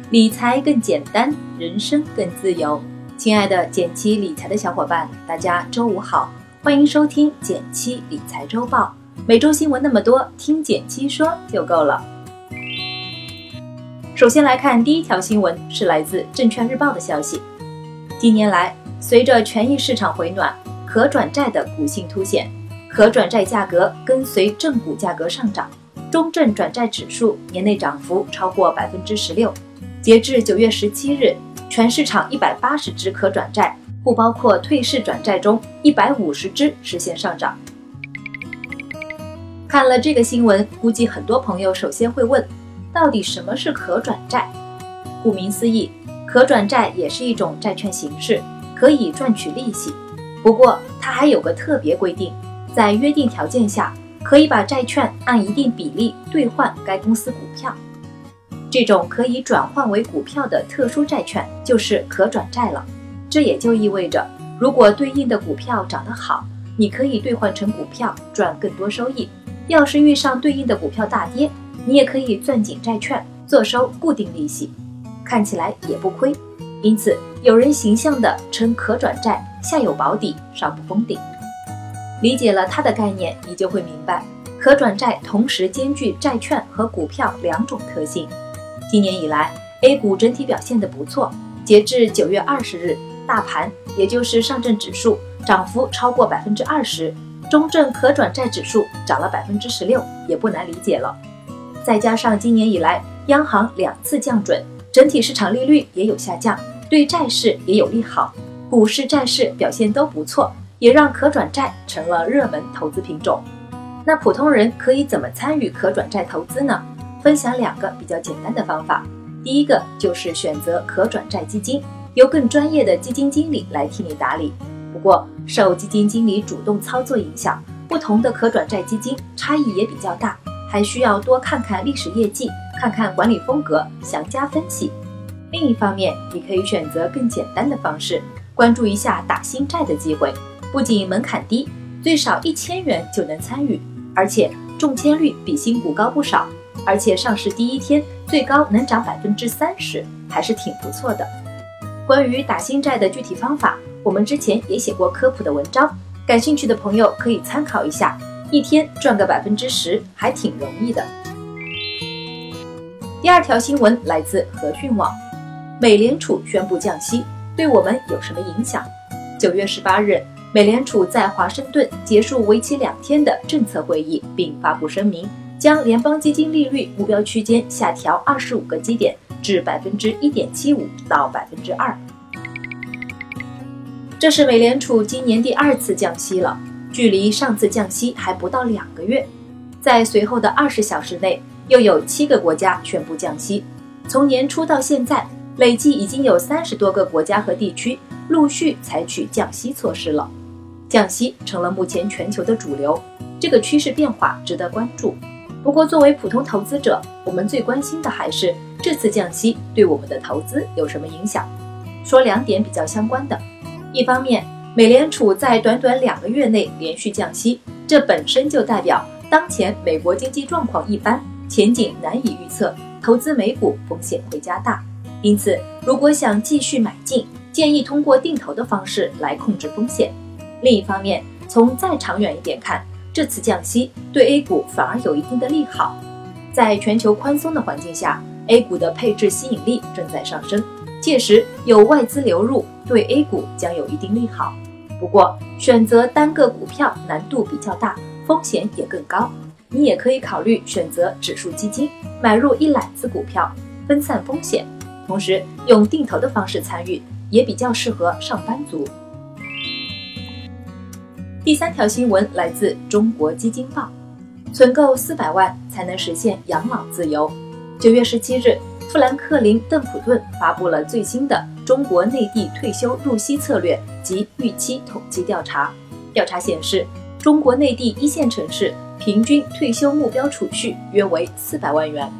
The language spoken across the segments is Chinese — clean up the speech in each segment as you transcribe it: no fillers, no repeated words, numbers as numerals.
理财更简单，人生更自由。亲爱的减七理财的小伙伴，大家周五好，欢迎收听减七理财周报。每周新闻那么多，听减七说就够了。首先来看第一条新闻，是来自证券日报的消息。近年来，随着权益市场回暖，可转债的股性凸显，可转债价格跟随正股价格上涨，中证转债指数年内涨幅超过 16%。截至9月17日，全市场180只可转债，不包括退市转债中150只实现上涨。看了这个新闻，估计很多朋友首先会问，到底什么是可转债？顾名思义，可转债也是一种债券形式，可以赚取利息。不过它还有个特别规定，在约定条件下，可以把债券按一定比例兑换该公司股票。这种可以转换为股票的特殊债券就是可转债了。这也就意味着，如果对应的股票涨得好，你可以兑换成股票赚更多收益；要是遇上对应的股票大跌，你也可以攥紧债券坐收固定利息，看起来也不亏。因此有人形象地称可转债下有保底，上不封顶。理解了它的概念，你就会明白，可转债同时兼具债券和股票两种特性。今年以来 A 股整体表现得不错，截至9月20日，大盘也就是上证指数涨幅超过 20%， 中证可转债指数涨了 16%， 也不难理解了。再加上今年以来央行2次降准，整体市场利率也有下降，对债市也有利好，股市债市表现都不错，也让可转债成了热门投资品种。那普通人可以怎么参与可转债投资呢？分享2个比较简单的方法。第一个就是选择可转债基金，由更专业的基金经理来替你打理。不过受基金经理主动操作影响，不同的可转债基金差异也比较大，还需要多看看历史业绩，看看管理风格，详加分析。另一方面，你可以选择更简单的方式，关注一下打新债的机会，不仅门槛低，最少1000元就能参与，而且中签率比新股高不少，而且上市第一天最高能涨 30%， 还是挺不错的。关于打新债的具体方法，我们之前也写过科普的文章，感兴趣的朋友可以参考一下，一天赚个 10%， 还挺容易的。第二条新闻来自和讯网，美联储宣布降息，对我们有什么影响？9月18日，美联储在华盛顿结束为期2天的政策会议，并发布声明，将联邦基金利率目标区间下调25个基点至 1.75% 到 2%。 这是美联储今年第2次降息了，距离上次降息还不到2个月。在随后的20小时内，又有7个国家宣布降息。从年初到现在，累计已经有30多个国家和地区陆续采取降息措施了。降息成了目前全球的主流，这个趋势变化值得关注。不过作为普通投资者，我们最关心的还是这次降息对我们的投资有什么影响。说2点比较相关的。一方面，美联储在短短2个月内连续降息，这本身就代表当前美国经济状况一般，前景难以预测，投资美股风险会加大。因此如果想继续买进，建议通过定投的方式来控制风险。另一方面，从再长远一点看，这次降息对 A 股反而有一定的利好。在全球宽松的环境下， A 股的配置吸引力正在上升，届时有外资流入，对 A 股将有一定利好。不过选择单个股票难度比较大，风险也更高，你也可以考虑选择指数基金，买入一揽子股票，分散风险，同时用定投的方式参与，也比较适合上班族。第3条新闻来自中国基金报，存够400万才能实现养老自由。9月17日，富兰克林·邓普顿发布了最新的中国内地退休入息策略及预期统计调查。调查显示，中国内地1线城市平均退休目标储蓄约为400万元。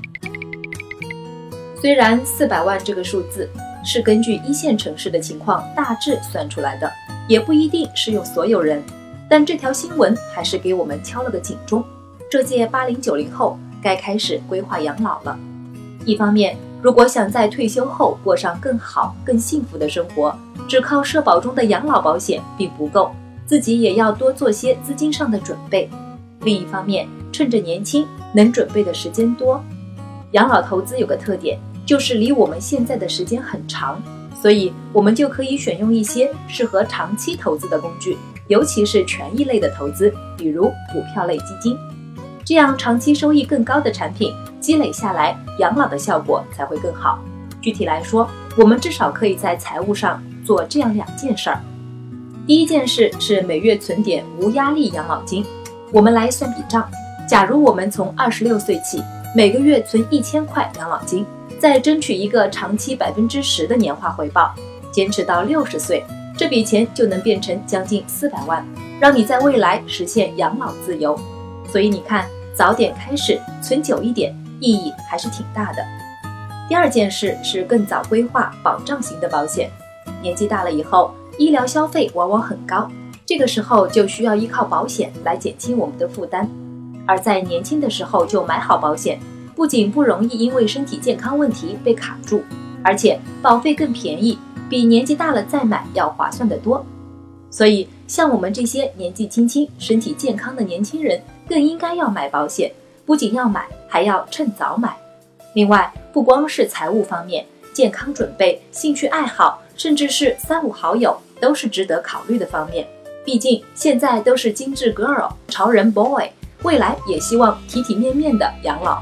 虽然400万这个数字是根据1线城市的情况大致算出来的，也不一定适用所有人，但这条新闻还是给我们敲了个警钟，这届80、90后该开始规划养老了。一方面， 如果想在退休后过上更好、更幸福的生活，只靠社保中的养老保险并不够，自己也要多做些资金上的准备。另一方面，趁着年轻，能准备的时间多。养老投资有个特点，就是离我们现在的时间很长，所以我们就可以选用一些适合长期投资的工具，尤其是权益类的投资，比如股票类基金。这样长期收益更高的产品积累下来，养老的效果才会更好。具体来说，我们至少可以在财务上做这样2件事儿。第一件事是每月存点无压力养老金。我们来算笔账，假如我们从26岁起，每个月存1000块养老金，再争取一个长期10%的年化回报，坚持到60岁，这笔钱就能变成将近400万，让你在未来实现养老自由。所以你看，早点开始，存久一点，意义还是挺大的。第2件事是更早规划保障型的保险。年纪大了以后，医疗消费往往很高，这个时候就需要依靠保险来减轻我们的负担。而在年轻的时候就买好保险，不仅不容易因为身体健康问题被卡住，而且保费更便宜，比年纪大了再买要划算得多。所以像我们这些年纪轻轻、身体健康的年轻人，更应该要买保险，不仅要买，还要趁早买。另外，不光是财务方面，健康准备、兴趣爱好，甚至是3、5好友，都是值得考虑的方面。毕竟现在都是精致 girl、潮人 boy， 未来也希望体体面面的养老。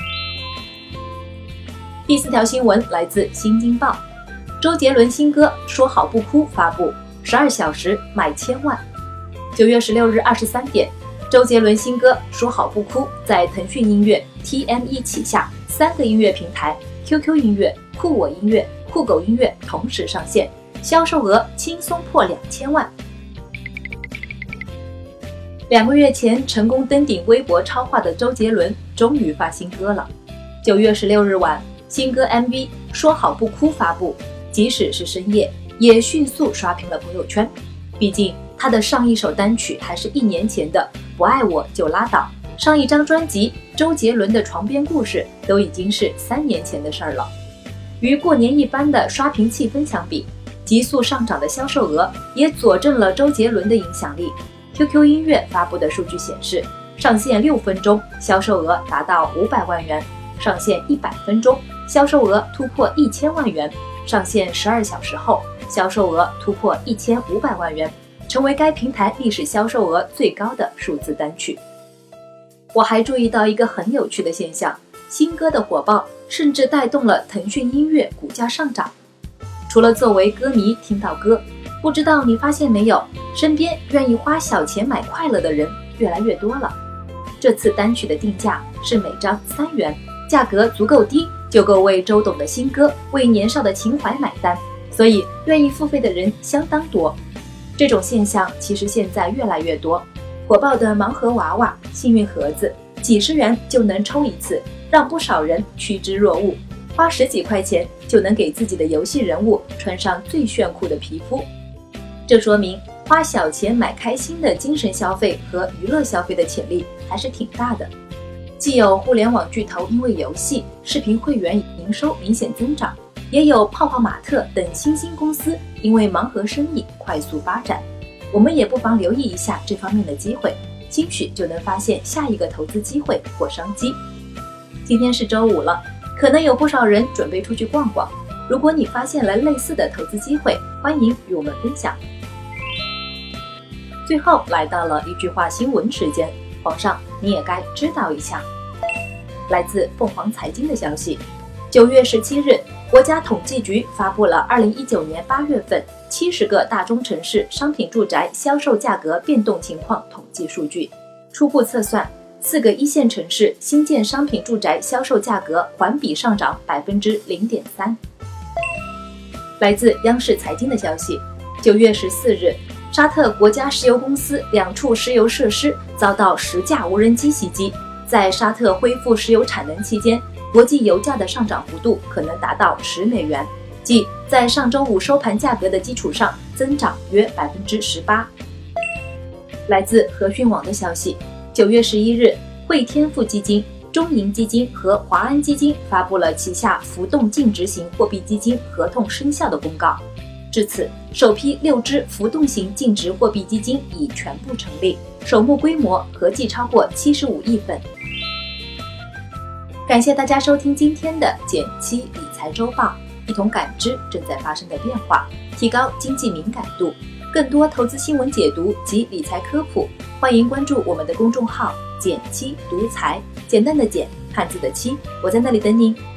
第4条新闻来自《新京报》，周杰伦新歌《说好不哭》发布，12小时卖1000万。9月16日23点，周杰伦新歌《说好不哭》在腾讯音乐、TME 旗下3个音乐平台 QQ 音乐、酷我音乐、酷狗音乐同时上线，销售额轻松破2000万。2个月前成功登顶微博超话的周杰伦终于发新歌了。9月16日晚，新歌 MV《说好不哭》发布，即使是深夜，也迅速刷屏了朋友圈。毕竟他的上一首单曲还是1年前的《不爱我就拉倒》，上一张专辑周杰伦的床边故事都已经是3年前的事儿了。与过年一般的刷屏气氛相比，急速上涨的销售额也佐证了周杰伦的影响力。QQ 音乐发布的数据显示，上线6分钟，销售额达到500万元；上线100分钟，销售额突破1000万元；上线12小时后，销售额突破1500万元，成为该平台历史销售额最高的数字单曲。我还注意到一个很有趣的现象，新歌的火爆甚至带动了腾讯音乐股价上涨。除了作为歌迷听到歌，不知道你发现没有，身边愿意花小钱买快乐的人越来越多了。这次单曲的定价是每张3元，价格足够低，就够为周董的新歌、为年少的情怀买单，所以愿意付费的人相当多。这种现象其实现在越来越多，火爆的盲盒娃娃、幸运盒子，几十元就能抽一次，让不少人趋之若鹜，花10几块钱就能给自己的游戏人物穿上最炫酷的皮肤。这说明花小钱买开心的精神消费和娱乐消费的潜力还是挺大的。既有互联网巨头因为游戏、视频会员营收明显增长，也有泡泡玛特等新兴公司因为盲盒生意快速发展。我们也不妨留意一下这方面的机会，兴许就能发现下一个投资机会或商机。今天是周五了，可能有不少人准备出去逛逛。如果你发现了类似的投资机会，欢迎与我们分享。最后来到了一句话新闻时间，皇上你也该知道一下。来自凤凰财经的消息，9月17日，国家统计局发布了2019年8月份70个大中城市商品住宅销售价格变动情况统计数据。初步测算，4个1线城市新建商品住宅销售价格环比上涨 0.3%。来自央视财经的消息，9月14日，沙特国家石油公司2处石油设施遭到10架无人机袭击。在沙特恢复石油产能期间，国际油价的上涨幅度可能达到10美元，即在上周五收盘价格的基础上增长约 18%。来自和讯网的消息，9月11日，汇添富基金、 中银基金和华安基金发布了旗下浮动净值型货币基金合同生效的公告。至此，首批6只浮动型净值货币基金已全部成立，首募规模合计超过75亿份。感谢大家收听今天的减七理财周报，一同感知正在发生的变化，提高经济敏感度。更多投资新闻解读及理财科普，欢迎关注我们的公众号减七独裁，简单的简，汉字的七，我在那里等你。